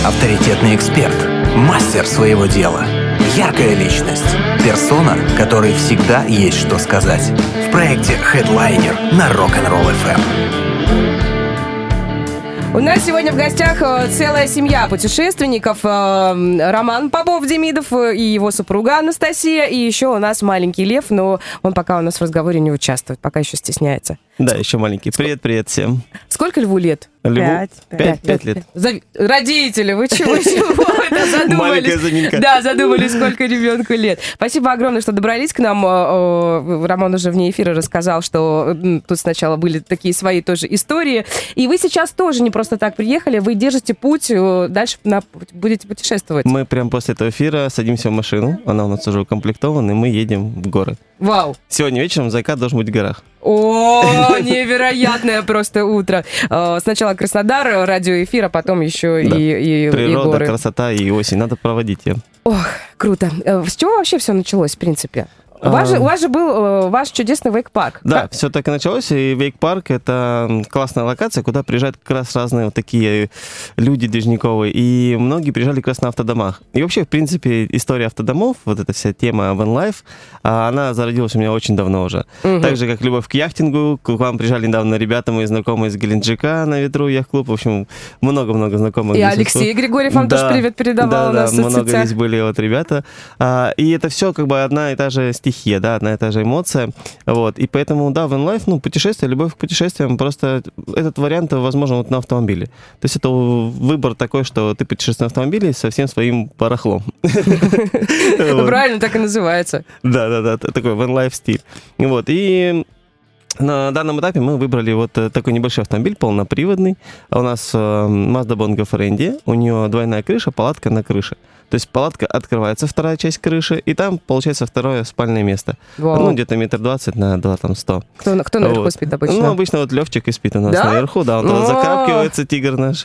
Авторитетный эксперт, мастер своего дела, яркая личность, персона, которой всегда есть что сказать. В проекте Headliner на Rock'n'Roll FM. У нас сегодня в гостях целая семья путешественников. Роман Попов-Демидов и его супруга Анастасия. И еще у нас маленький Лев, но он пока у нас в разговоре не участвует, пока еще стесняется. Да, еще маленький. Привет всем. Сколько Льву лет? Льву? Пять лет. Родители, вы чего это задумались? Маленькая заминка. Да, задумались, сколько ребенку лет. Спасибо огромное, что добрались к нам. Роман уже вне эфира рассказал, что тут сначала были такие свои тоже истории. И вы сейчас тоже не просто так приехали, вы держите путь, дальше будете путешествовать. Мы прям после этого эфира садимся в машину, она у нас уже укомплектована, и мы едем в горы. Вау! Сегодня вечером Зайкат должен быть в горах. О, невероятное просто утро. Сначала Краснодар, радиоэфир, а потом еще Да. и Природа, горы. красота и осень. Надо проводить ее. Ох, круто. С чего вообще все началось, в принципе? У вас же был ваш чудесный вейк-парк. Да, все так и началось. И вейк-парк — это классная локация, куда приезжают как раз разные вот такие люди движниковые. И многие приезжали как раз на автодомах. И вообще, в принципе, история автодомов, вот эта вся тема Van Life, она зародилась у меня очень давно уже. Так же, как любовь к яхтингу. К вам приезжали недавно ребята, мои знакомые из Геленджика на ветру яхт-клуб. В общем, много-много знакомых. И Алексей Григорьев вам тоже привет передавал у нас в много соцсетях. здесь были вот ребята. И это все как бы одна и та же стихия. Да, одна и та же эмоция, вот, и поэтому, да, Van Life, путешествие, любовь к путешествиям, просто этот вариант возможен вот на автомобиле, то есть это выбор такой, что ты путешествуешь на автомобиле со всем своим барахлом. Правильно, так и называется. Да, такой Van Life стиль, вот, и на данном этапе мы выбрали вот такой небольшой автомобиль, полноприводный. У нас Mazda Bongo Ferendi, у нее двойная крыша, палатка на крыше. То есть палатка открывается, вторая часть крыши, и там получается второе спальное место. Вау. Где-то 1,20 на 100. Кто наверху спит обычно? Обычно вот Левчик и спит у нас Да? наверху, да, он туда закапкивается, тигр наш.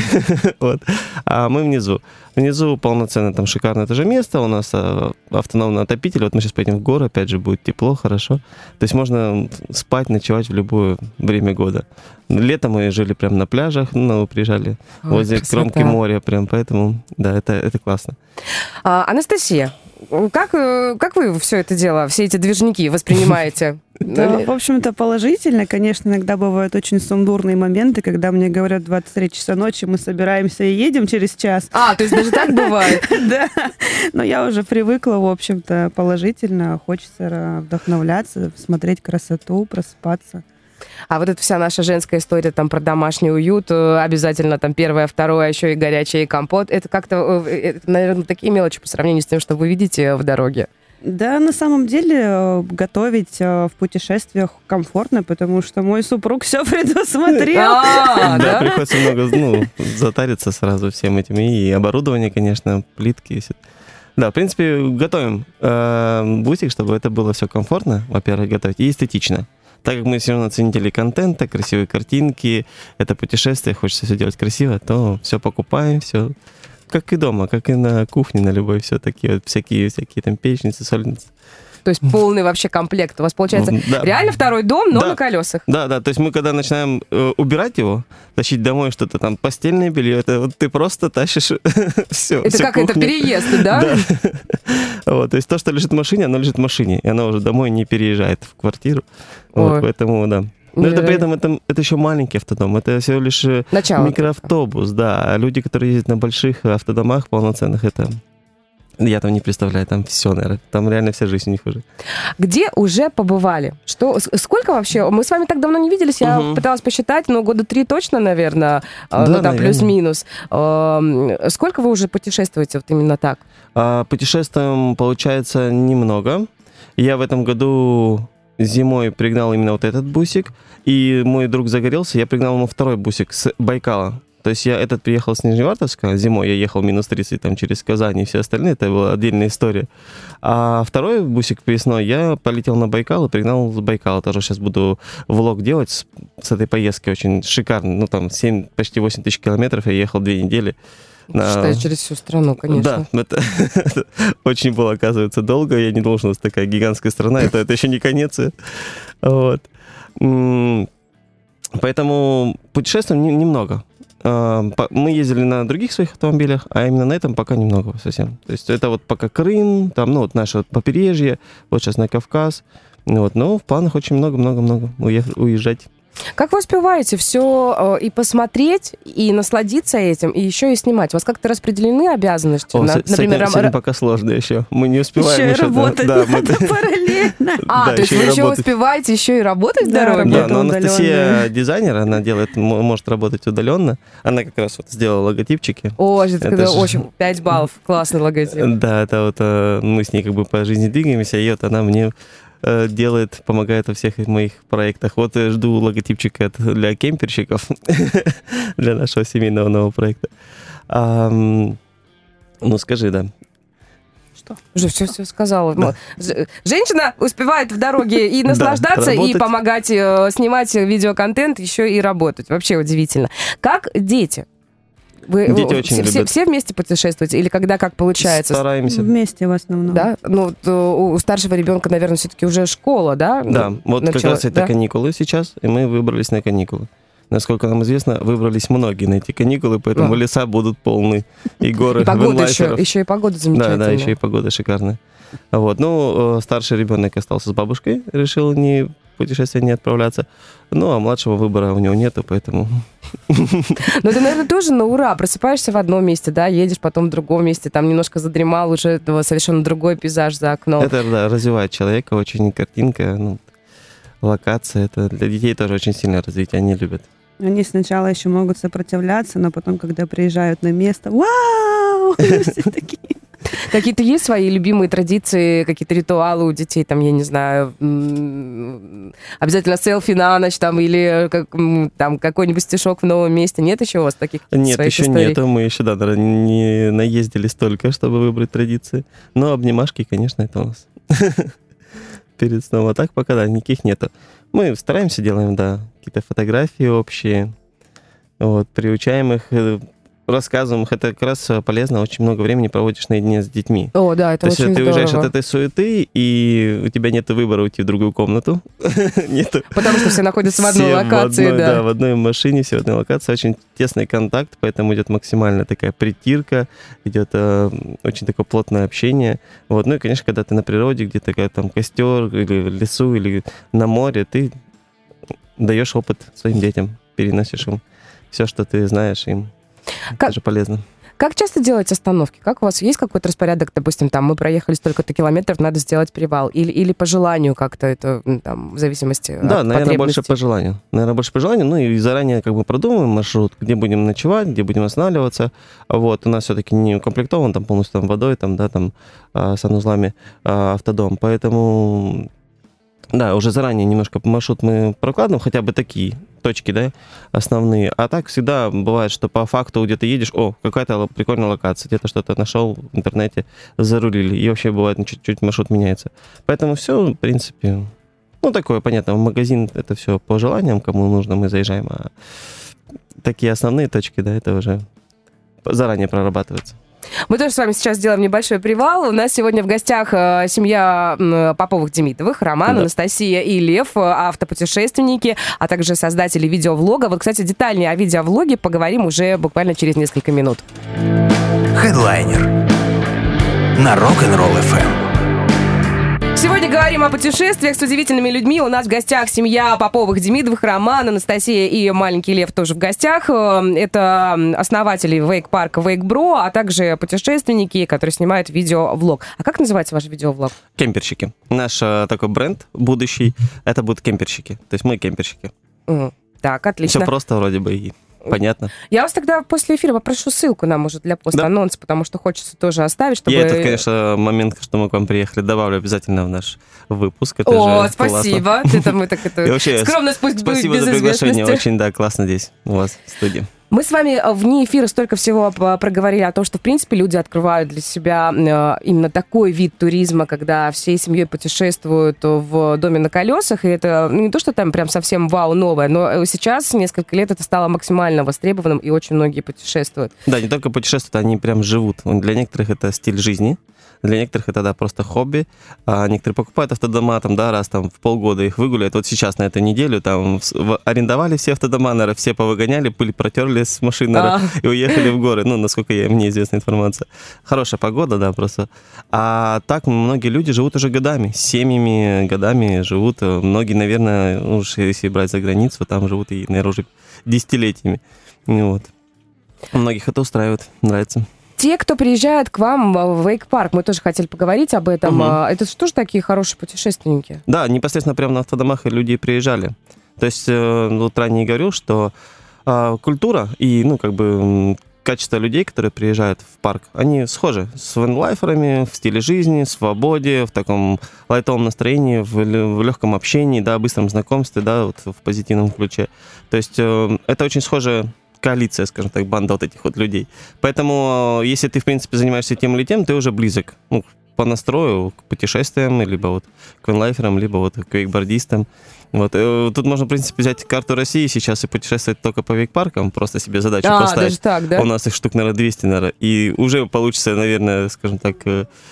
Вот. А мы внизу. Внизу полноценное там шикарное тоже место, у нас автономный отопитель, вот мы сейчас поедем в горы, опять же будет тепло, хорошо. То есть можно спать, ночевать в любое время года. Летом мы жили прямо на пляжах, приезжали возле кромки моря, прям, поэтому, да, это классно. Анастасия, как вы все это дело, все эти движники воспринимаете? Да, в общем-то, положительно. Конечно, иногда бывают очень сумбурные моменты, когда мне говорят 23 часа ночи, мы собираемся и едем через час. То есть даже так бывает? Да, но я уже привыкла, в общем-то, положительно. Хочется вдохновляться, смотреть красоту, просыпаться. А вот эта вся наша женская история там про домашний уют, обязательно там первое, второе, еще и горячее, и компот, это как-то, наверное, такие мелочи по сравнению с тем, что вы видите в дороге. Да, на самом деле готовить в путешествиях комфортно, потому что мой супруг все предусмотрел. Да, приходится много затариться сразу всем этим. И оборудование, конечно, плитки. Да, в принципе, готовим бусик, чтобы это было все комфортно, во-первых, готовить, и эстетично. Так как мы все равно ценители контента, красивые картинки, это путешествие, хочется все делать красиво, то все покупаем, все как и дома, как и на кухне, на любой, все такие вот всякие там печницы, сольницы. То есть полный вообще комплект. У вас получается реально второй дом, но на колесах. Да, то есть мы когда начинаем убирать его, тащить домой что-то там, постельное белье, это вот ты просто тащишь все. Это как это переезд, да? Да. Вот, то есть то, что лежит в машине, оно лежит в машине, и оно уже домой не переезжает в квартиру. Вот, поэтому, да. Но это при этом это еще маленький автодом, это всего лишь микроавтобус, да. А люди, которые ездят на больших автодомах полноценных, это... Я там не представляю, там все, наверное, там реально вся жизнь у них уже. Где уже побывали? Сколько вообще? Мы с вами так давно не виделись, я пыталась посчитать, года 3 точно, наверное, там плюс-минус. Сколько вы уже путешествуете вот именно так? Путешествуем, получается, немного. Я в этом году зимой пригнал именно вот этот бусик, и мой друг загорелся, я пригнал ему второй бусик с Байкала. То есть я приехал с Нижневартовска, зимой я ехал минус 30 там, через Казань и все остальные, это была отдельная история. А второй бусик весной я полетел на Байкал и пригнал с Байкала. Тоже сейчас буду влог делать с этой поездки, очень шикарно. Там 7, почти 8 тысяч километров, я ехал 2 недели. Считай, через всю страну, конечно. Да, это очень было, оказывается, долго. Я не должен, у нас такая гигантская страна, это еще не конец. Вот. Поэтому путешествуем немного. Мы ездили на других своих автомобилях, а именно на этом пока немного совсем. То есть это вот пока Крым, там, ну, вот наше вот побережье, вот сейчас на Кавказ. Вот, но в планах очень много-много-много уезжать. Как вы успеваете все и посмотреть, и насладиться этим, и еще и снимать? У вас как-то распределены обязанности? С этим пока сложно еще. Мы не успеваем еще и работать надо параллельно. То есть вы еще успеваете еще и работать в дороге? Да, но Анастасия дизайнер, она может работать удаленно. Она как раз вот сделала логотипчики. О, это очень 5 баллов. Классный логотип. Да, это вот мы с ней как бы по жизни двигаемся, и вот она мне делает, помогает во всех моих проектах. Вот я жду логотипчика для кемперщиков, для нашего семейного нового проекта. Ну, скажи, да. Что? Уже все сказала. Да. Женщина успевает в дороге и наслаждаться, и помогать снимать видеоконтент, еще и работать. Вообще удивительно. Как дети? Дети очень любят. Все вместе путешествуете? Или когда как получается? Стараемся. Вместе в основном. Да? Ну, у старшего ребенка, наверное, все-таки уже школа, да? Да, вот как раз это каникулы сейчас, и мы выбрались на каникулы. Насколько нам известно, выбрались многие на эти каникулы, поэтому леса будут полны, и горы венлайферов. Еще и погода замечательная. Да, еще и погода шикарная. Вот, ну, старший ребенок остался с бабушкой, решил в путешествие не отправляться. Ну, а младшего выбора у него нету, поэтому... Ну, ты, наверное, тоже на ура. Просыпаешься в одном месте, да, едешь потом в другом месте, там немножко задремал, уже совершенно другой пейзаж за окном. Это, да, развивает человека, очень картинка, локация. Это для детей тоже очень сильное развитие, они любят. Они сначала еще могут сопротивляться, но потом, когда приезжают на место, вау! Все такие... Какие-то есть свои любимые традиции, какие-то ритуалы у детей, там, я не знаю, обязательно селфи на ночь, там, или там какой-нибудь стишок в новом месте? Нет еще у вас таких Нет, еще историй? нету, мы еще, да, не наездили столько, чтобы выбрать традиции. Но обнимашки, конечно, это у нас перед сном. А так пока, да, никаких нету. Мы стараемся, делаем, да, какие-то фотографии общие, вот, приучаем их, рассказываем их. Это как раз полезно, очень много времени проводишь наедине с детьми. О, да, это очень здорово. То есть ты уезжаешь от этой суеты, и у тебя нет выбора уйти в другую комнату. Потому что все находятся в одной локации, да. Да, в одной машине, все в одной локации. Очень тесный контакт, поэтому идет максимально такая притирка, идет очень такое плотное общение. Вот. Ну и, конечно, когда ты на природе, где-то там костер, или в лесу, или на море, ты даешь опыт своим детям, переносишь им все, что ты знаешь, им. Это же полезно. Как часто делаете остановки? Как у вас есть какой-то распорядок? Допустим, там мы проехали столько-то километров, надо сделать привал. Или по желанию как-то это, там, в зависимости от потребностей? Да, наверное, больше по желанию. Ну и заранее как бы продумываем маршрут, где будем ночевать, где будем останавливаться. Вот, у нас все-таки не укомплектован там полностью там, водой, там, да, там, санузлами автодом. Поэтому... Да, уже заранее немножко маршрут мы прокладываем, хотя бы такие точки, да, основные. А так всегда бывает, что по факту где-то едешь, какая-то прикольная локация, где-то что-то нашел в интернете, зарулили, и вообще бывает чуть-чуть маршрут меняется. Поэтому все, в принципе, такое, понятно, в магазин это все по желаниям, кому нужно, мы заезжаем, а такие основные точки, да, это уже заранее прорабатывается. Мы тоже с вами сейчас сделаем небольшой привал. У нас сегодня в гостях семья Поповых-Демидовых, Роман, да. Анастасия и Лев, автопутешественники, а также создатели видеовлога. Вот, кстати, детальнее о видеовлоге поговорим уже буквально через несколько минут. Headliner на Rock'n'Roll FM. Сегодня говорим о путешествиях с удивительными людьми. У нас в гостях семья Поповых-Демидовых, Роман, Анастасия и маленький Лев тоже в гостях. Это основатели вейк-парка Вейк-Бро, а также путешественники, которые снимают видеовлог. А как называется ваш видеовлог? Кемперщики. Наш такой бренд будущий, это будут кемперщики. То есть мы кемперщики. Так, отлично. Все просто вроде бы и понятно. Я вас тогда после эфира попрошу ссылку нам уже для пост-анонса, да. Потому что хочется тоже оставить, чтобы... Я этот, конечно, момент, что мы к вам приехали, добавлю обязательно в наш выпуск. Это же спасибо. Мы так скромность пусть будет без известности. Спасибо за приглашение. Очень, да, классно здесь у вас в студии. Мы с вами вне эфира столько всего проговорили о том, что, в принципе, люди открывают для себя именно такой вид туризма, когда всей семьей путешествуют в доме на колесах, и это не то, что там прям совсем вау новое, но сейчас, несколько лет, это стало максимально востребованным, и очень многие путешествуют. Да, не только путешествуют, они прям живут. Для некоторых это стиль жизни, для некоторых это, да, просто хобби. А некоторые покупают автодома, там, да, раз там в полгода их выгуляют. Вот сейчас на эту неделю там арендовали все автодома, наверное, все повыгоняли, пыль протерли, выехали с машины и уехали в горы. Ну, насколько мне известна информация. Хорошая погода, да, просто. А так многие люди живут уже годами, семьями, годами живут. Многие, наверное, уж если брать за границу, там живут и, наверное, уже десятилетиями. Вот. Многих это устраивает, нравится. Те, кто приезжает к вам в Вейк-парк, мы тоже хотели поговорить об этом. Это что же такие хорошие путешественники? Да, непосредственно прямо на автодомах люди приезжали. То есть, вот ранее говорил, что культура и, качество людей, которые приезжают в парк, они схожи с ванлайферами в стиле жизни, в свободе, в таком лайтовом настроении, в легком общении, да, быстром знакомстве, да, вот в позитивном ключе. То есть, это очень схоже коалиция, скажем так, банда вот этих вот людей. Поэтому, если ты, в принципе, занимаешься тем или тем, ты уже близок, по настрою к путешествиям, либо вот к ванлайферам, либо вот к вейкбордистам. Вот. Тут можно, в принципе, взять карту России сейчас и путешествовать только по вейкпаркам, просто себе задачу поставить. Даже так, да? У нас их штук, наверное, 200, наверное, и уже получится, наверное, скажем так,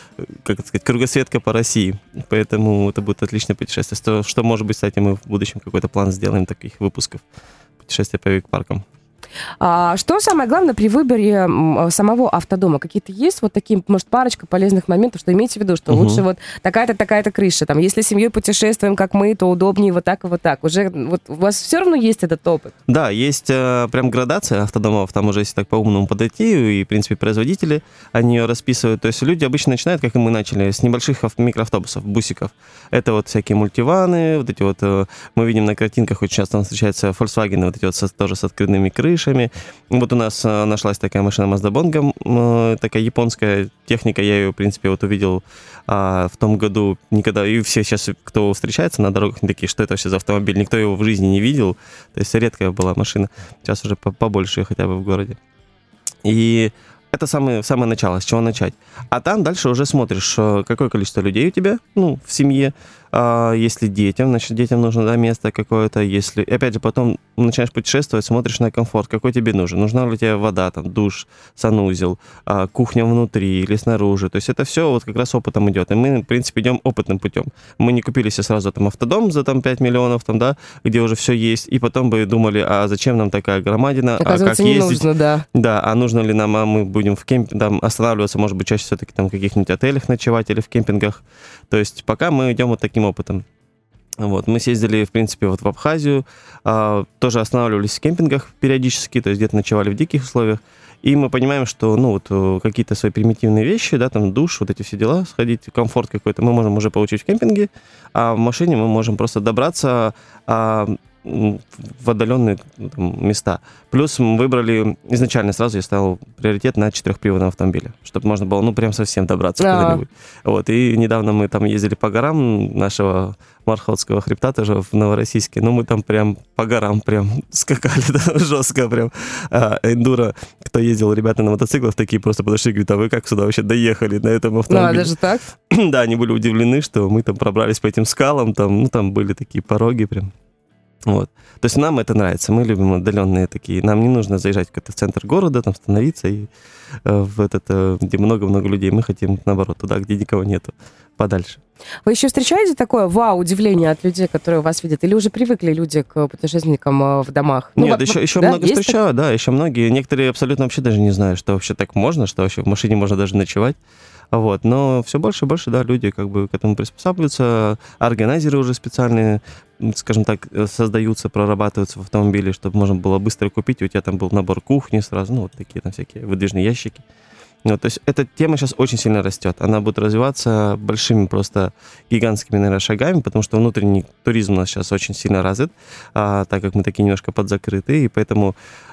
кругосветка по России. Поэтому это будет отличное путешествие. Что, может быть, кстати, мы в будущем какой-то план сделаем таких выпусков путешествия по вейкпаркам. Что самое главное при выборе самого автодома? Какие-то есть вот такие, может, парочка полезных моментов, что имейте в виду, что лучше вот такая-то, такая-то крыша. Там, если семьей путешествуем, как мы, то удобнее вот так и вот так. Уже вот у вас все равно есть этот опыт? Да, есть прям градация автодомов. Там уже, если так по-умному подойти, и, в принципе, производители, они ее расписывают. То есть люди обычно начинают, как и мы начали, с небольших микроавтобусов, бусиков. Это вот всякие мультиваны, вот эти вот, мы видим на картинках, очень часто встречаются Volkswagen, вот эти вот тоже с открытыми крышами. Вот у нас нашлась такая машина Mazda Bongo, такая японская техника, я ее, в принципе, вот увидел в том году никогда, и все сейчас, кто встречается на дорогах, они такие, что это вообще за автомобиль, никто его в жизни не видел, то есть редкая была машина, сейчас уже побольше хотя бы в городе. И это самое начало, с чего начать. А там дальше уже смотришь, какое количество людей у тебя, в семье. Если детям, значит, детям нужно место какое-то. Если, опять же, потом начинаешь путешествовать, смотришь на комфорт, какой тебе нужен. Нужна ли тебе вода, там, душ, санузел, кухня внутри или снаружи. То есть это все вот как раз опытом идет. И мы, в принципе, идем опытным путем. Мы не купили себе сразу там автодом за 5 миллионов, где уже все есть, и потом бы думали, а зачем нам такая громадина, оказывается, как не ездить? Нужно, да. Да, а нужно ли нам, мы будем в кемпинге, там останавливаться, может быть, чаще все-таки там в каких-нибудь отелях ночевать или в кемпингах. То есть пока мы идем вот таким опытом. Вот, мы съездили, в принципе, вот в Абхазию, тоже останавливались в кемпингах периодически, то есть где-то ночевали в диких условиях, и мы понимаем, что, какие-то свои примитивные вещи, да, там душ, вот эти все дела, сходить, комфорт какой-то мы можем уже получить в кемпинге, а в машине мы можем просто добраться в отдаленные места. Плюс мы выбрали, изначально сразу я ставил приоритет на 4-приводном автомобиле, чтобы можно было, прям совсем добраться куда-нибудь. Вот, и недавно мы там ездили по горам нашего Мархотского хребта, тоже в Новороссийске, мы там прям по горам прям скакали, да, жестко прям. Эндуро, кто ездил, ребята на мотоциклах, такие просто подошли и говорят, а вы как сюда вообще доехали на этом автомобиле? Даже так? Да, они были удивлены, что мы там пробрались по этим скалам, там были такие пороги прям. Вот. То есть нам это нравится, мы любим отдаленные такие. Нам не нужно заезжать в центр города, там становиться и где много-много людей. Мы хотим, наоборот, туда, где никого нету, подальше. Вы еще встречаете такое удивление от людей, которые вас видят? Или уже привыкли люди к путешественникам в домах? Нет, еще много встречаю, да, еще многие. Некоторые абсолютно вообще даже не знают, что вообще так можно, что вообще в машине можно даже ночевать. Вот. Но все больше и больше, да, люди к этому приспосабливаются. Органайзеры уже специальные, скажем так, создаются, прорабатываются в автомобиле, чтобы можно было быстро купить. У тебя там был набор кухни сразу, вот такие там всякие выдвижные ящики. Вот, то есть эта тема сейчас очень сильно растет. Она будет развиваться большими просто гигантскими, наверное, шагами, потому что внутренний туризм у нас сейчас очень сильно развит, так как мы такие немножко подзакрыты, и поэтому...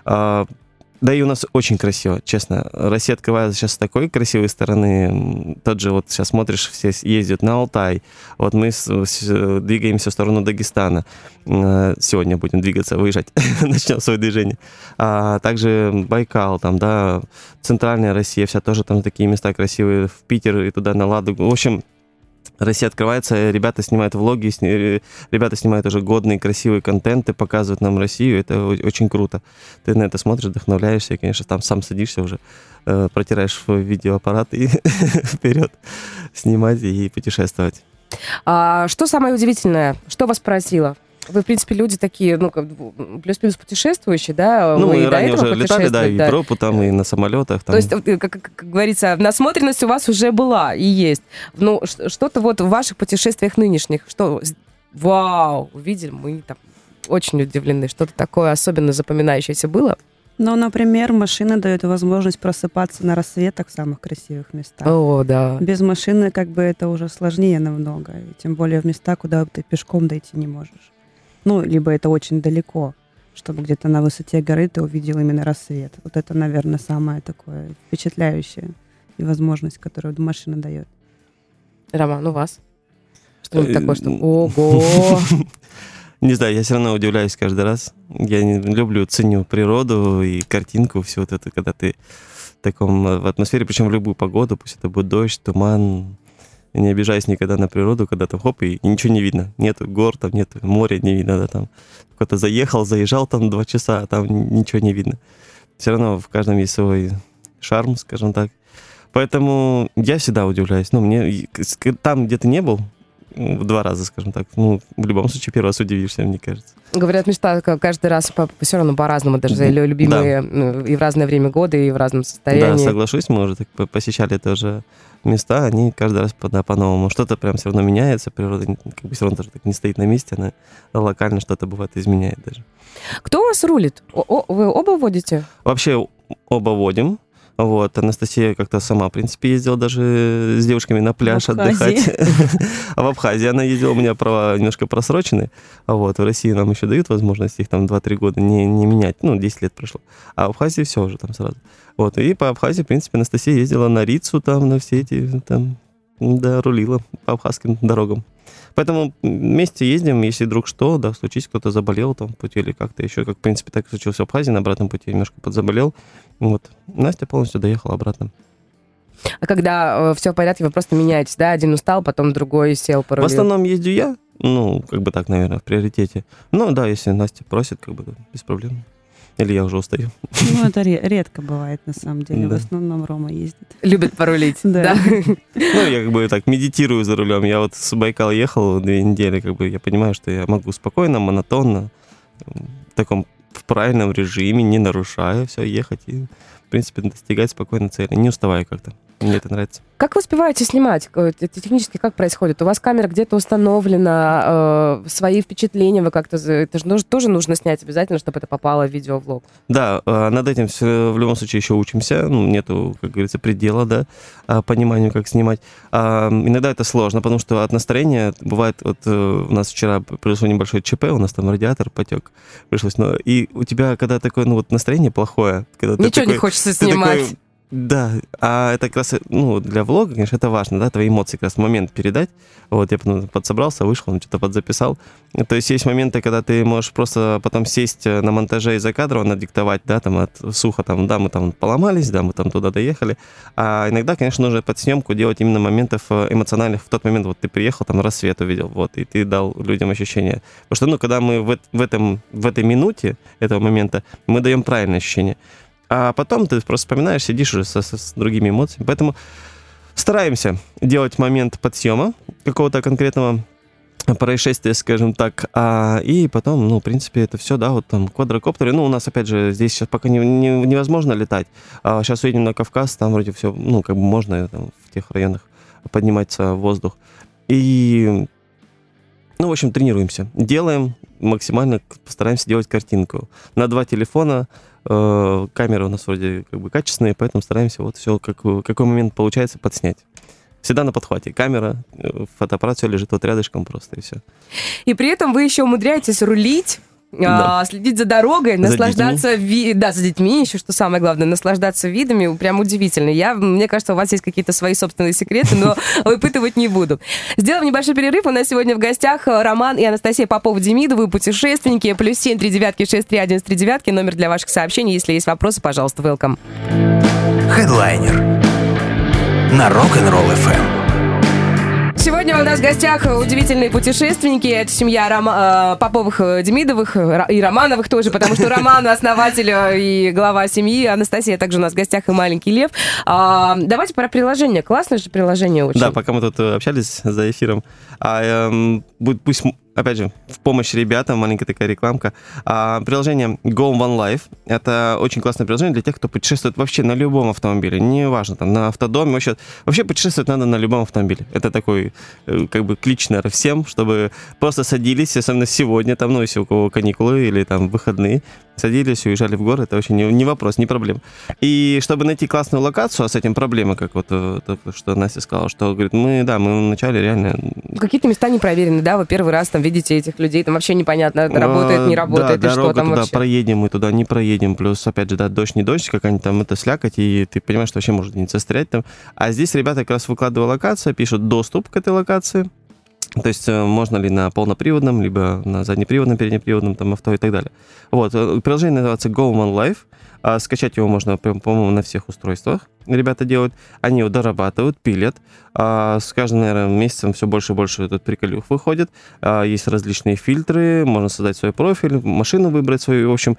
Да и у нас очень красиво, честно. Россия открывается сейчас с такой красивой стороны. Тот же вот сейчас смотришь, все ездят на Алтай. Вот мы двигаемся в сторону Дагестана. Сегодня будем двигаться, выезжать. Начнем свое движение. Также Байкал, там, да, центральная Россия, вся тоже там такие места красивые. В Питер и туда на Ладогу. В общем, Россия открывается, ребята снимают влоги, ребята снимают уже годные, красивые контенты, показывают нам Россию, это очень круто. Ты на это смотришь, вдохновляешься, и, конечно, там сам садишься уже, протираешь свой видеоаппарат и вперед снимать и путешествовать. Что самое удивительное? Что вас поразило? Вы, в принципе, люди такие, ну, как бы, плюс-плюс путешествующие, да? Ну, Вы мы до ранее этого уже летали, да, и в путешествовали, Европу, там, и на самолетах. Там. То есть, как говорится, насмотренность у вас уже была и есть. Ну, что-то вот в ваших путешествиях нынешних, что... Вау! Увидели, мы там очень удивлены. Что-то такое особенно запоминающееся было? Ну, например, машина дает возможность просыпаться на рассветах в самых красивых местах. О, да. Без машины как бы это уже сложнее намного. И тем более в места, куда ты пешком дойти не можешь. Ну, либо это очень далеко, чтобы где-то на высоте горы ты увидел именно рассвет. Вот это, наверное, самое такое впечатляющее и возможность, которую машина дает. Роман, у вас? Что-нибудь такое, что... Ого! Не знаю, я все равно удивляюсь каждый раз. Я не люблю, ценю природу и картинку, все вот это, когда ты в таком в атмосфере, причем в любую погоду, пусть это будет дождь, туман. Я не обижаюсь никогда на природу, когда там хоп, и ничего не видно. Нету гор, там нету моря, не видно, да, там. Кто-то заезжал там 2 часа, а там ничего не видно. Все равно в каждом есть свой шарм, скажем так. Поэтому я всегда удивляюсь. Ну, мне там, где ты не был, 2 раза, скажем так. Ну, в любом случае, 1 раз удивишься, мне кажется. Говорят, места каждый раз все равно по-разному, даже любимые и в разное время года, и в разном состоянии. Да, соглашусь, мы уже так посещали тоже места, они каждый раз по-новому. Что-то прям все равно меняется, природа как бы все равно даже так не стоит на месте, она локально что-то бывает изменяет даже. Кто у вас рулит? Вы оба водите? Вообще оба водим. Вот, Анастасия как-то сама, в принципе, ездила даже с девушками на пляж отдыхать. А в Абхазии она ездила, у меня права немножко просрочены. А вот в России нам еще дают возможность их там 2-3 года не менять. Ну, 10 лет прошло. А в Абхазии все уже там сразу. Вот, и по Абхазии, в принципе, Анастасия ездила на Рицу там, на все эти, там, да, рулила по абхазским дорогам. Поэтому вместе ездим, если вдруг что, да, случись, кто-то заболел там в пути или как-то еще, как, в принципе, так и случилось в Абхазии, на обратном пути немножко подзаболел. Вот. Настя полностью доехала обратно. А когда все в порядке, вы просто меняетесь, да? Один устал, потом другой сел, порулил. В основном ездю я, ну, как бы так, наверное, в приоритете. Ну, да, если Настя просит, как бы, без проблем. Или я уже устаю. Ну, это редко бывает, на самом деле. Да. В основном Рома ездит. Любит порулить, да? Ну, я как бы так медитирую за рулем. Я вот с Байкала ехал 2 недели, как бы я понимаю, что я могу спокойно, монотонно, в таком в правильном режиме, не нарушая все, ехать и, в принципе, достигать спокойно цели, не уставая как-то. Мне это нравится. Как вы успеваете снимать? Технически как происходит? У вас камера где-то установлена, свои впечатления вы как-то... Это же тоже нужно снять обязательно, чтобы это попало в видеовлог. Да, над этим все, в любом случае еще учимся. Ну, нету, как говорится, предела, да, пониманию, как снимать. Иногда это сложно, потому что от настроения бывает... Вот у нас вчера произошло небольшое ЧП, у нас там радиатор потек. Пришлось, и у тебя, когда такое, ну, вот настроение плохое... Когда ничего такой, не хочется снимать. Такой, да, а это как раз, ну, для влога, конечно, это важно, да, твои эмоции как раз в момент передать. Вот, я потом подсобрался, вышел, что-то подзаписал. То есть есть моменты, когда ты можешь просто потом сесть на монтаже и закадрово надиктовать, да, там, от сухо, там, да, мы там поломались, да, мы там туда доехали. А иногда, конечно, нужно под съемку делать именно моментов эмоциональных. В тот момент, вот ты приехал, там, рассвет увидел, вот, и ты дал людям ощущение. Потому что, ну, когда мы в этой минуте этого момента, мы даем правильное ощущение. А потом ты просто вспоминаешь, сидишь уже с другими эмоциями. Поэтому стараемся делать момент подсъема какого-то конкретного происшествия, скажем так. И потом, ну, в принципе, это все, да, вот там квадрокоптеры. Ну, у нас, опять же, здесь сейчас пока невозможно летать. Сейчас уедем на Кавказ, там вроде все, ну, как бы можно там, в тех районах подниматься в воздух. И, ну, в общем, тренируемся. Делаем максимально, постараемся делать картинку. На 2 телефона. Камеры у нас вроде как бы качественные, поэтому стараемся вот все, какой момент получается, подснять. Всегда на подхвате. Камера, фотоаппарат, все лежит вот рядышком просто, и все. И при этом вы еще умудряетесь рулить, да. Следить за дорогой, наслаждаться... за детьми еще, что самое главное, наслаждаться видами. Прям удивительно. Мне кажется, у вас есть какие-то свои собственные секреты, но выпытывать не буду. Сделаем небольшой перерыв. У нас сегодня в гостях Роман и Анастасия Попова-Демидовы, путешественники. +7 3девятки 631 3девятки. Номер для ваших сообщений. Если есть вопросы, пожалуйста, welcome. Headliner на Rock'n'Roll FM. Сегодня у нас в гостях удивительные путешественники. Это семья Поповых-Демидовых и Романовых тоже, потому что Роман основатель и глава семьи. Анастасия также у нас в гостях и маленький Лев. Давайте про приложение. Классное же приложение очень. Да, пока мы тут общались за эфиром. Пусть опять же, в помощь ребятам, маленькая такая рекламка. Приложение Go One Life — это очень классное приложение для тех, кто путешествует вообще на любом автомобиле. Неважно, там, на автодоме. Вообще путешествовать надо на любом автомобиле. Это такой, как бы, клич, наверное, всем, чтобы просто садились, особенно сегодня, там, ну, если у кого каникулы или там выходные, садились, уезжали в город, это вообще не вопрос, не проблема. И чтобы найти классную локацию, а с этим проблема, как вот только что Настя сказала, что, говорит, мы вначале реально... Какие-то места не проверены, да? Вы первый раз там видите этих людей, там вообще непонятно, работает, не работает, да, и что там туда вообще. проедем, мы туда не проедем, плюс, опять же, да, дождь, не дождь, какая-нибудь там это слякоть, и ты понимаешь, что вообще может где-нибудь застрять там. А здесь ребята как раз выкладывают локацию, пишут доступ к этой локации, то есть можно ли на полноприводном, либо на заднеприводном, переднеприводном там, авто и так далее. Вот. Приложение называется Go One Life. Скачать его можно, по-моему, на всех устройствах. Ребята делают. Они его дорабатывают, пилят. С каждым, наверное, месяцем все больше и больше этот приколюх выходит. Есть различные фильтры, можно создать свой профиль, машину выбрать свою. В общем,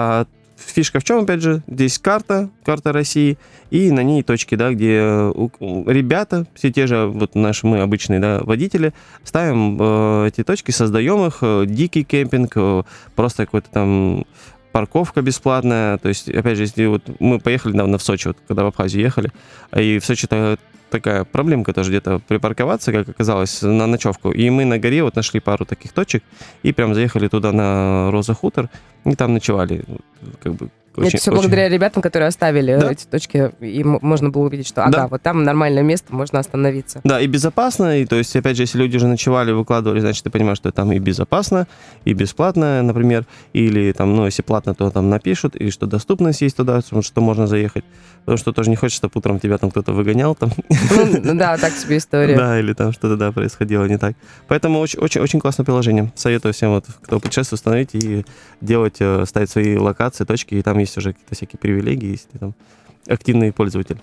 фишка в чем, опять же, здесь карта России, и на ней точки, да, где ребята, все те же, вот наши мы обычные, да, водители, ставим эти точки, создаем их, дикий кемпинг, просто какой-то там парковка бесплатная, то есть, опять же, если вот мы поехали недавно в Сочи, вот, когда в Абхазию ехали, и в Сочи такая проблемка тоже где-то припарковаться, как оказалось, на ночевку. И мы на горе вот нашли пару таких точек и прям заехали туда на Роза Хутор и там ночевали. Как бы это все благодаря ребятам, которые оставили эти точки, и можно было увидеть, что вот там нормальное место, можно остановиться. Да, и безопасно, и то есть, опять же, если люди уже ночевали, выкладывали, значит, ты понимаешь, что там и безопасно, и бесплатно, например, или там, ну, если платно, то там напишут, или что доступность есть туда, что можно заехать, потому что тоже не хочешь, чтобы утром тебя там кто-то выгонял там. Ну да, так себе история. Да, или там что-то, да, происходило не так. Поэтому очень классное приложение. Советую всем, вот, кто путешествует, установить и делать, ставить свои локации, точки, и там есть уже какие-то всякие привилегии, если ты там активный пользователь.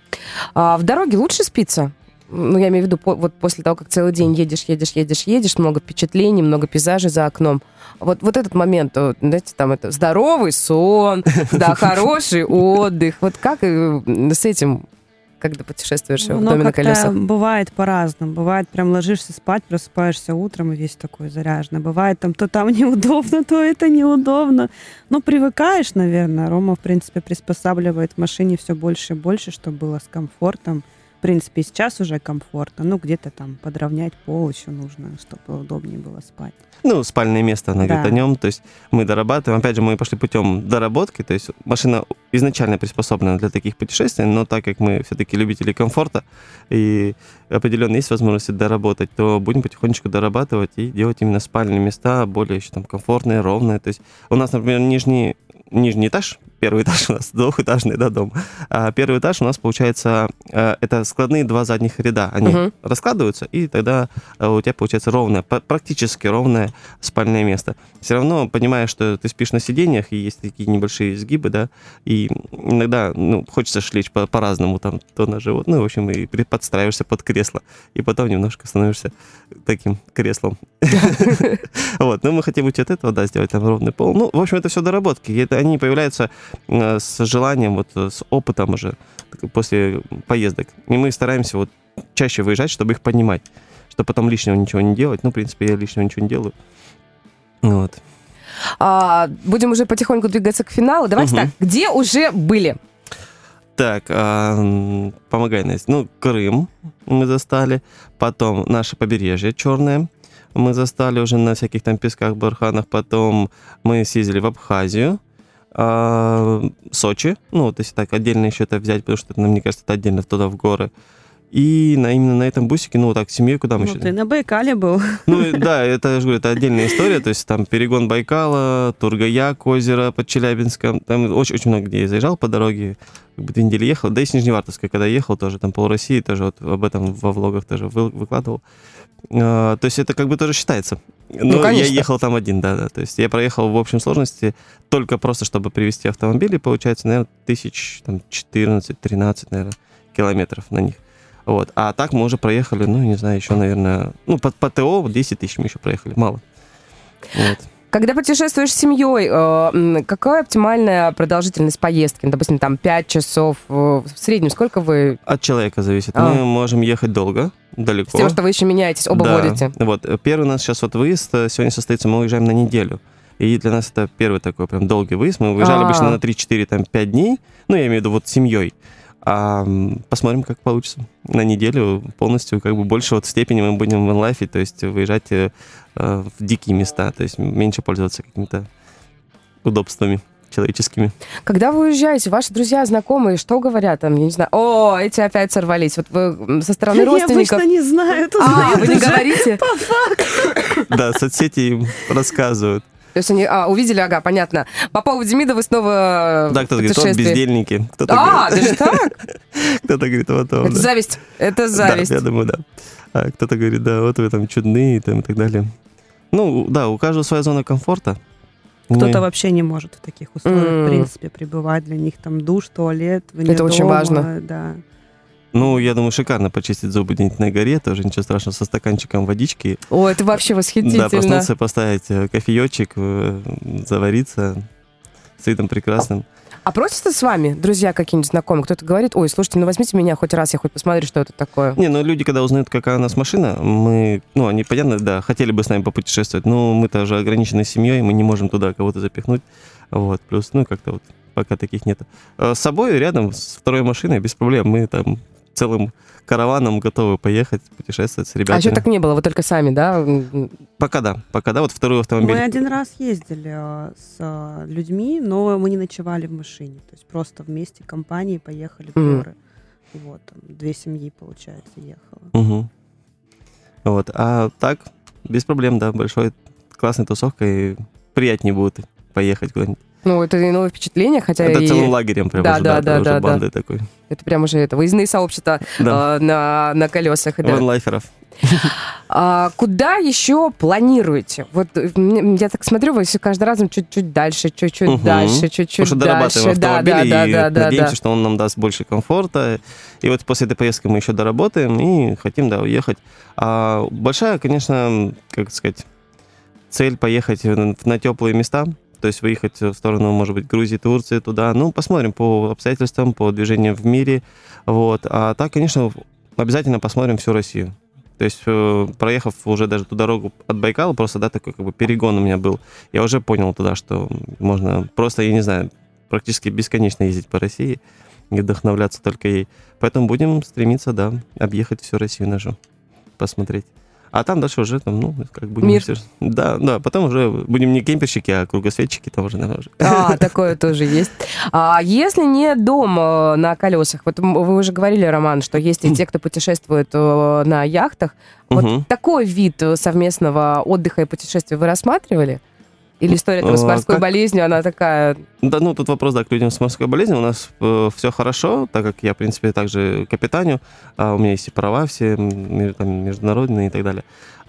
А в дороге лучше спится? Ну, я имею в виду, вот после того, как целый день едешь, много впечатлений, много пейзажей за окном. Вот этот момент, знаете, там это здоровый сон, да, хороший отдых. Вот как с этим, когда путешествуешь в доме на колесах? Бывает по-разному. Бывает, прям ложишься спать, просыпаешься утром и весь такой заряженный. Бывает, там то там неудобно, то это неудобно. Но привыкаешь, наверное. Рома, в принципе, приспосабливает в машине все больше и больше, чтобы было с комфортом. В принципе, сейчас уже комфортно. Ну, где-то там подровнять пол еще нужно, чтобы удобнее было спать. Ну, спальное место, она говорит о нем. То есть мы дорабатываем. Опять же, мы пошли путем доработки. То есть машина изначально приспособлена для таких путешествий, но так как мы все-таки любители комфорта и определенно есть возможность доработать, то будем потихонечку дорабатывать и делать именно спальные места более еще там комфортные, ровные. То есть у нас, например, нижний этаж, первый этаж у нас двухэтажный, да, дом. А первый этаж у нас, получается, это складные 2 задних ряда. Они раскладываются, и тогда у тебя получается ровное, практически ровное спальное место. Все равно понимаешь, что ты спишь на сиденьях, и есть такие небольшие изгибы, да, и иногда, хочется лечь по-разному, там, то на живот, в общем, и подстраиваешься под кресло, и потом немножко становишься таким креслом. Вот, но мы хотим уйти от этого, да, сделать там ровный пол. Ну, в общем, это все доработки, и они появляются с желанием, вот с опытом уже после поездок. И мы стараемся вот чаще выезжать, чтобы их поднимать, чтобы потом лишнего ничего не делать. Ну, в принципе, я лишнего ничего не делаю. Вот. Будем уже потихоньку двигаться к финалу. Давайте так, где уже были? Так, помогай, Настя. Ну, Крым мы застали, потом наше побережье черное мы застали уже на всяких там песках, барханах, потом мы съездили в Абхазию, Сочи, ну, вот если так отдельно еще это взять, потому что, мне кажется, это отдельно туда в горы. И именно на этом бусике, ну, вот так, с семьей куда мы еще? Ты на Байкале был. Ну, да, это, я же говорю, это отдельная история, то есть там перегон Байкала, Тургаяк, озеро под Челябинском, там очень много где я заезжал по дороге, как бы 2 недели ехал, да и с Нижневартовска, когда ехал, тоже там пол России, тоже вот об этом во влогах тоже выкладывал. То есть это как бы тоже считается. Но я ехал там один, да. То есть я проехал в общем сложности только просто, чтобы привезти автомобили, получается, наверное, 14-13, наверное, километров на них. Вот. А так мы уже проехали, ну, не знаю, еще, наверное, по ТО 10 тысяч мы еще проехали, мало. Вот. Когда путешествуешь с семьей, какая оптимальная продолжительность поездки? Допустим, там 5 часов. В среднем сколько вы... От человека зависит. Мы можем ехать долго, далеко. С тем, что вы еще меняетесь, оба Да. водите. Вот. Первый у нас сейчас вот выезд сегодня состоится, мы уезжаем на неделю. И для нас это первый такой прям долгий выезд. Мы уезжали обычно на 3-4, там, 5 дней. Ну, я имею в виду вот с семьей. Посмотрим, как получится. На неделю полностью, как бы больше вот степени мы будем в ванлайфе, то есть выезжать в дикие места, то есть меньше пользоваться какими-то удобствами человеческими. Когда вы уезжаете, ваши друзья, знакомые, что говорят там, я не знаю, о, эти опять сорвались. Вот вы со стороны Я родственников... обычно не знаю. Вы не говорите? Да, соцсети им рассказывают. То есть они увидели, понятно. По поводу Демидовой снова Да, кто-то говорит, вот путешествие. бездельники. Кто-то Даже так? Кто-то говорит, вот он. Это зависть. Это зависть. Да, я думаю, да. А кто-то говорит, да, вот вы там чудные там, и так далее. Ну, да, у каждого своя зона комфорта. Кто-то вообще не может в таких условиях, в принципе, пребывать. Для них там душ, туалет, вне Это очень дома, важно. Да. Ну, я думаю, шикарно почистить зубы где-нибудь на горе, тоже ничего страшного, со стаканчиком водички. О, это вообще восхитительно. Да, проснуться, поставить кофеечек, завариться с видом прекрасным. А просятся с вами друзья какие-нибудь знакомые? Кто-то говорит, ой, слушайте, ну возьмите меня хоть раз, я хоть посмотрю, что это такое. Не, ну люди, когда узнают, какая у нас машина, они, понятно, да, хотели бы с нами попутешествовать, но мы-то уже ограничены семьей, мы не можем туда кого-то запихнуть. Вот, плюс, как-то вот пока таких нет. С собой рядом, с второй машиной, без проблем, мы там целым караваном готовы поехать, путешествовать с ребятами. А еще так не было, вы только сами, да? Пока да, вот второй автомобиль. Мы один раз ездили с людьми, но мы не ночевали в машине. То есть просто вместе компанией поехали в горы. Вот, там 2 семьи, получается, ехало. Угу. Вот, а так, без проблем, да, большой, классной тусовкой, приятнее будет поехать куда-нибудь. Ну, это и новое впечатление, хотя это и... целым лагерем прям уже, это уже бандой такой. Это прям уже выездные сообщества на колесах. Да. Ванлайферов. Куда еще планируете? Вот я так смотрю, вы все каждый раз чуть-чуть дальше, чуть-чуть дальше, чуть-чуть дальше. Дорабатываем автомобиль и надеемся, что он нам даст больше комфорта. И вот после этой поездки мы еще доработаем и хотим, да, уехать. Большая, конечно, как сказать, цель поехать на теплые места. То есть выехать в сторону, может быть, Грузии, Турции, туда. Ну, посмотрим по обстоятельствам, по движениям в мире. Вот. А так, конечно, обязательно посмотрим всю Россию. То есть, проехав уже даже ту дорогу от Байкала, просто, да, такой как бы перегон у меня был, я уже понял туда, что можно просто, я не знаю, практически бесконечно ездить по России и вдохновляться только ей. Поэтому будем стремиться, да, объехать всю Россию нашу, посмотреть. А там дальше уже там, как будем... Мир. Да, потом уже будем не кемперщики, а кругосветчики там уже, наверное, уже. Такое тоже есть. Если не дом на колесах, вот вы уже говорили, Роман, что есть и те, кто путешествует на яхтах. Вот такой вид совместного отдыха и путешествия вы рассматривали? Или история этого с морской болезнью, она такая... Да, тут вопрос, да, к людям с морской болезнью. У нас все хорошо, так как я, в принципе, также капитаню, у меня есть и права все там, международные и так далее.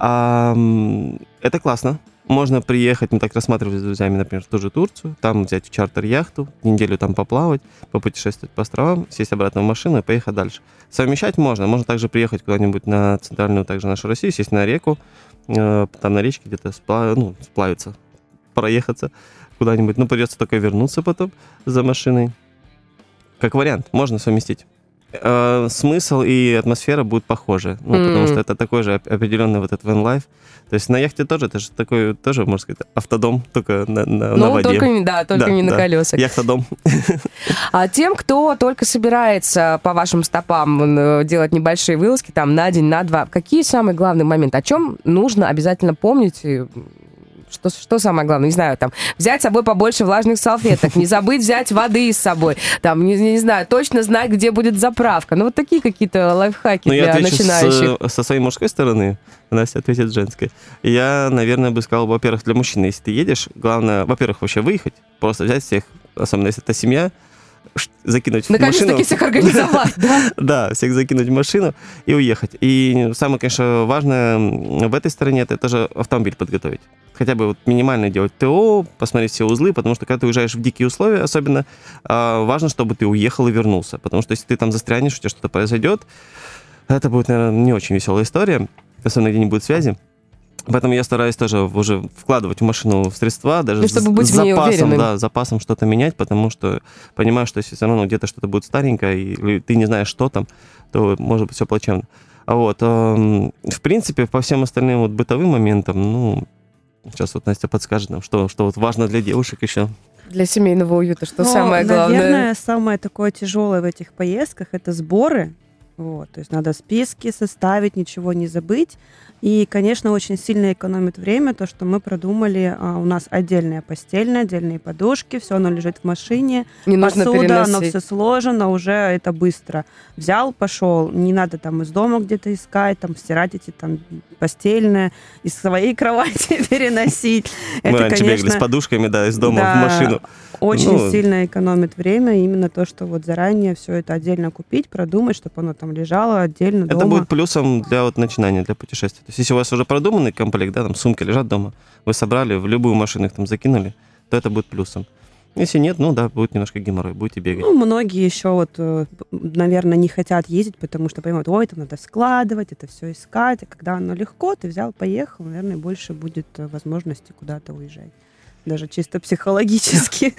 Это классно. Можно приехать, мы так рассматривали с друзьями, например, в ту же Турцию, там взять чартер-яхту, неделю там поплавать, попутешествовать по островам, сесть обратно в машину и поехать дальше. Совмещать можно. Можно также приехать куда-нибудь на центральную также нашу Россию, сесть на реку, там на речке где-то сплавиться, проехаться куда-нибудь. Придется только вернуться потом за машиной. Как вариант, можно совместить. Смысл и атмосфера будут похожи. Потому что это такой же определенный вот этот ван-лайф. То есть на яхте тоже, это же такой, тоже, можно сказать, автодом, только на воде. Только не на колесах. Яхтодом. А тем, кто только собирается по вашим стопам делать небольшие вылазки, там, на день, на два, какие самые главные моменты? О чем нужно обязательно помнить? Что самое главное? Не знаю, там, взять с собой побольше влажных салфеток, не забыть взять воды с собой, там, не знаю, точно знать, где будет заправка. Вот такие какие-то лайфхаки для начинающих. Со своей мужской стороны, Настя ответит с женской. Я, наверное, бы сказал, во-первых, для мужчины, если ты едешь, главное, во-первых, вообще выехать, просто взять всех, особенно если это семья, закинуть в машину. Наконец-таки всех организовать, да? Да, всех закинуть в машину и уехать. И самое, конечно, важное в этой стороне, это тоже автомобиль подготовить. Хотя бы минимально делать ТО, посмотреть все узлы, потому что когда ты уезжаешь в дикие условия, особенно важно, чтобы ты уехал и вернулся. Потому что если ты там застрянешь, у тебя что-то произойдет, это будет, наверное, не очень веселая история, особенно где не будет связи. Поэтому я стараюсь тоже уже вкладывать в машину средства, даже чтобы быть с запасом что-то менять, потому что понимаю, что если все равно где-то что-то будет старенькое, и ты не знаешь, что там, то может быть все плачевно. Вот. В принципе, по всем остальным вот бытовым моментам, ну, сейчас вот Настя подскажет нам, что вот важно для девушек еще. Для семейного уюта, что Ну, самое главное? Наверное, самое такое тяжелое в этих поездках – это сборы. Вот, то есть надо списки составить, ничего не забыть. И, конечно, очень сильно экономит время то, что мы продумали. У нас отдельная постельная, отдельные подушки, все оно лежит в машине. Не нужно Посуда, оно переносить. все сложено, уже это быстро. Взял, пошел. Не надо там из дома где-то искать, там стирать эти там постельное, из своей кровати переносить. Мы раньше бегали с подушками, да, из дома в машину. Очень сильно экономит время. Именно то, что вот заранее все это отдельно купить, продумать, чтобы оно там лежало отдельно дома. Это будет плюсом для вот начинания, для путешествия. То есть если у вас уже продуманный комплект, да, там сумки лежат дома, вы собрали, в любую машину их там закинули, то это будет плюсом. Если нет, ну да, будет немножко геморрой, будете бегать. Ну, многие еще вот, наверное, не хотят ездить, потому что понимают, ой, это надо складывать, это все искать. А когда оно легко, ты взял, поехал, наверное, больше будет возможности куда-то уезжать. Даже чисто психологически.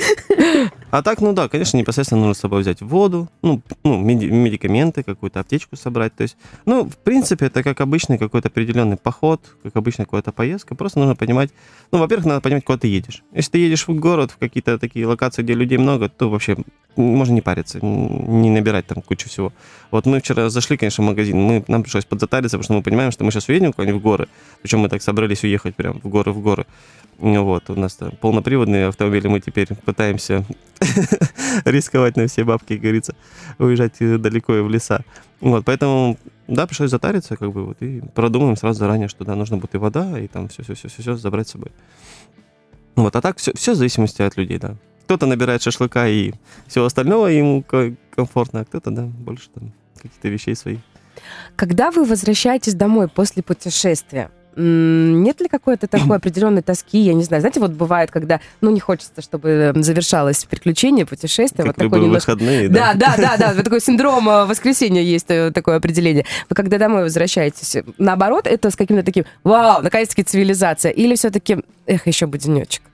А так, ну да, конечно, непосредственно нужно с собой взять воду, медикаменты, какую-то аптечку собрать. То есть, ну, в принципе, это как обычный какой-то определенный поход, как обычная какая-то поездка. Просто нужно понимать, ну, во-первых, надо понимать, куда ты едешь. Если ты едешь в город, в какие-то такие локации, где людей много, то вообще можно не париться, не набирать там кучу всего. Вот мы вчера зашли, конечно, в магазин, нам пришлось подзатариться, потому что мы понимаем, что мы сейчас уедем куда-нибудь в горы, причем мы так собрались уехать прям в горы. Вот, у нас полноприводные автомобили, мы теперь пытаемся рисковать на все бабки, как говорится, уезжать далеко и в леса. Вот, поэтому, да, пришлось затариться, как бы, вот, и продумаем сразу заранее, что, да, нужно будет и вода, и там все забрать с собой. Вот, а так все в зависимости от людей, да. Кто-то набирает шашлыка и всего остального ему комфортно, а кто-то, да, больше там каких-то вещей своих. Когда вы возвращаетесь домой после путешествия, нет ли какой-то такой определенной тоски, я не знаю, знаете, вот бывает, когда, ну, не хочется, чтобы завершалось приключение, путешествие. Как вот такой немножко... выходные, да? Да, вот такой синдром воскресенья есть, такое определение. Вы когда домой возвращаетесь, наоборот, это с каким-то таким, вау, наконец-таки цивилизация, или все-таки, еще бы денечек?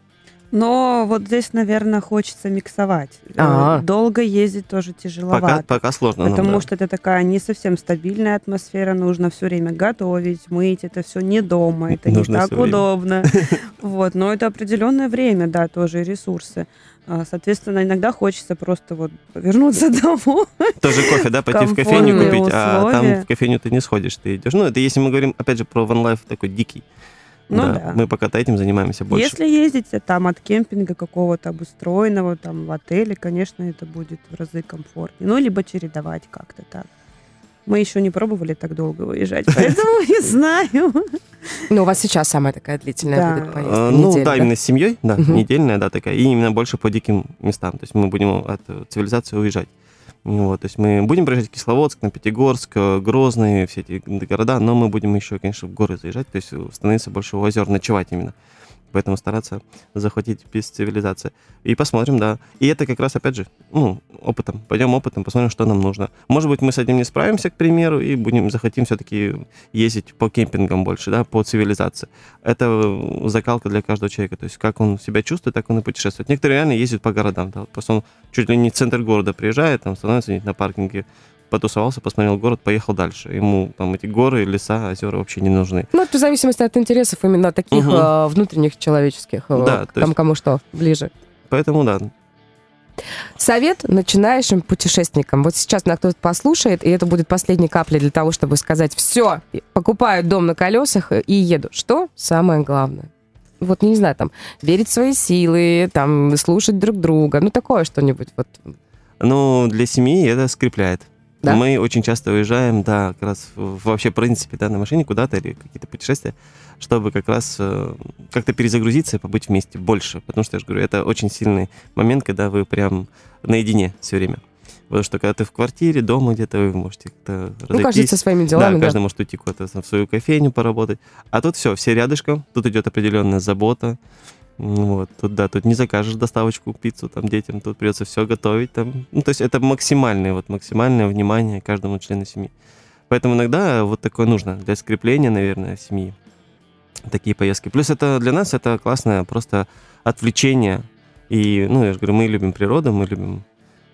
Но вот здесь, наверное, хочется миксовать. Долго ездить тоже тяжеловато. Пока сложно. Потому что это такая не совсем стабильная атмосфера, нужно все время готовить, мыть, это все не дома, это нужно не так удобно. Вот, но это определенное время, да, тоже ресурсы. Соответственно, иногда хочется просто вот вернуться домой. Тоже кофе, да, пойти в кофейню купить, а там в кофейню ты не сходишь, ты идешь. Ну, это если мы говорим, опять же, про ван-лайф такой дикий. Ну да. Мы пока этим занимаемся больше. Если ездите там от кемпинга какого-то обустроенного, там в отеле, конечно, это будет в разы комфортнее. Ну, либо чередовать как-то так. Мы еще не пробовали так долго уезжать, поэтому не знаю. Ну, у вас сейчас самая такая длительная будет поездка. Ну, да, именно с семьей, да, недельная, да, такая. И именно больше по диким местам. То есть мы будем от цивилизации уезжать. Вот, то есть мы будем проезжать Кисловодск, на Пятигорск, Грозный, все эти города, но мы будем еще, конечно, в горы заезжать, то есть становиться больше у озер, ночевать именно. Поэтому стараться захватить без цивилизации. И посмотрим, да. И это как раз, опять же, опытом. Пойдем опытом, посмотрим, что нам нужно. Может быть, мы с этим не справимся, к примеру, и захотим все-таки ездить по кемпингам больше, да, по цивилизации. Это закалка для каждого человека. То есть как он себя чувствует, так он и путешествует. Некоторые реально ездят по городам. Да. Просто он чуть ли не в центр города приезжает, там становится на паркинге, потусовался, посмотрел город, поехал дальше. Ему там эти горы, леса, озера вообще не нужны. Ну, это в зависимости от интересов именно таких внутренних человеческих, да, кому что ближе. Поэтому да. Совет начинающим путешественникам. Вот сейчас нас кто-то послушает, и это будет последней каплей для того, чтобы сказать: все, покупаю дом на колесах и еду. Что самое главное? Вот, не знаю, там, верить в свои силы, там, слушать друг друга, ну, такое что-нибудь. Вот. Ну, для семьи это скрепляет. Да? Мы очень часто уезжаем, да, как раз вообще, в принципе, да, на машине куда-то или какие-то путешествия, чтобы как раз как-то перезагрузиться и побыть вместе больше. Потому что, я же говорю, это очень сильный момент, когда вы прям наедине все время. Потому что когда ты в квартире, дома где-то, вы можете как-то разойтись. Ну, каждый со своими делами, да. Каждый может уйти куда-то в свою кофейню поработать. А тут все рядышком, тут идет определенная забота. Вот, тут не закажешь доставочку, пиццу там детям, тут придется все готовить там. Ну, то есть это максимальное внимание каждому члену семьи. Поэтому иногда вот такое нужно для скрепления, наверное, семьи. Такие поездки. Плюс это для нас это классное просто отвлечение. И, я же говорю, мы любим природу, мы любим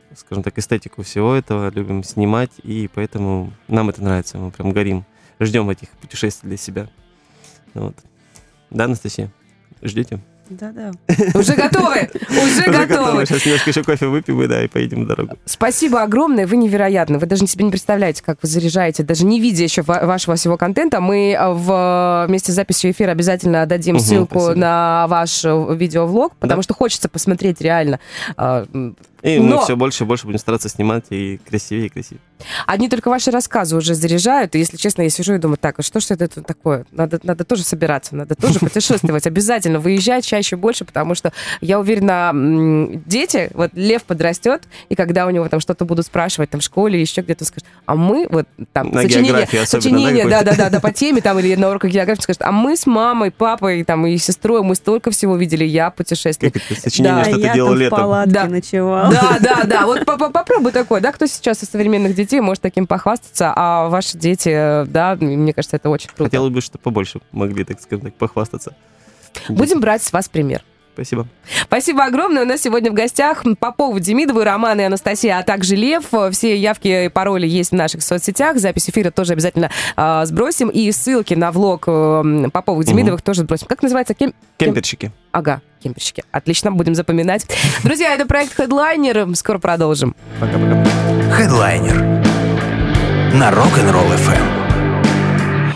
скажем так, эстетику всего этого, любим снимать, и поэтому нам это нравится, мы прям горим, ждем этих путешествий для себя. Вот. Да, Анастасия? Ждете? Да-да. Уже готовы? Уже готовы. Сейчас немножко еще кофе выпьем, и поедем в дорогу. Спасибо огромное, вы невероятны. Вы даже себе не представляете, как вы заряжаете, даже не видя еще вашего всего контента. Мы вместе с записью эфира обязательно дадим ссылку спасибо. на ваш видеовлог, потому что хочется посмотреть реально. И мы все больше и больше будем стараться снимать и красивее, и красивее. Одни только ваши рассказы уже заряжают, и, если честно, я сижу и думаю, так, а что ж это такое? Надо тоже собираться, надо тоже путешествовать, обязательно выезжать чаще, больше, потому что, я уверена, дети, вот Лев подрастет, и когда у него там что-то будут спрашивать там в школе или еще где-то, скажет, а мы вот там на сочинение, да, по теме там или на уроках географии скажет, а мы с мамой, папой там и сестрой, мы столько всего видели, я путешествую. Как это сочинение, что ты делал летом? Я там в палатке ночевал. Да, вот попробуй такое, да, кто сейчас из современных детей может таким похвастаться, а ваши дети, да, мне кажется, это очень круто. Хотелось бы, чтобы побольше могли, так скажем так, похвастаться. Будем брать с вас пример. Спасибо. Спасибо огромное. У нас сегодня в гостях Попов, Демидовы, Роман и Анастасия, а также Лев. Все явки и пароли есть в наших соцсетях. Запись эфира тоже обязательно сбросим. И ссылки на влог Поповых, Демидовых тоже сбросим. Как называется? Кемперщики. Ага, кемперщики. Отлично, будем запоминать. Друзья, это проект Headliner. Скоро продолжим. Пока-пока. Headliner на Rock'n'Roll FM.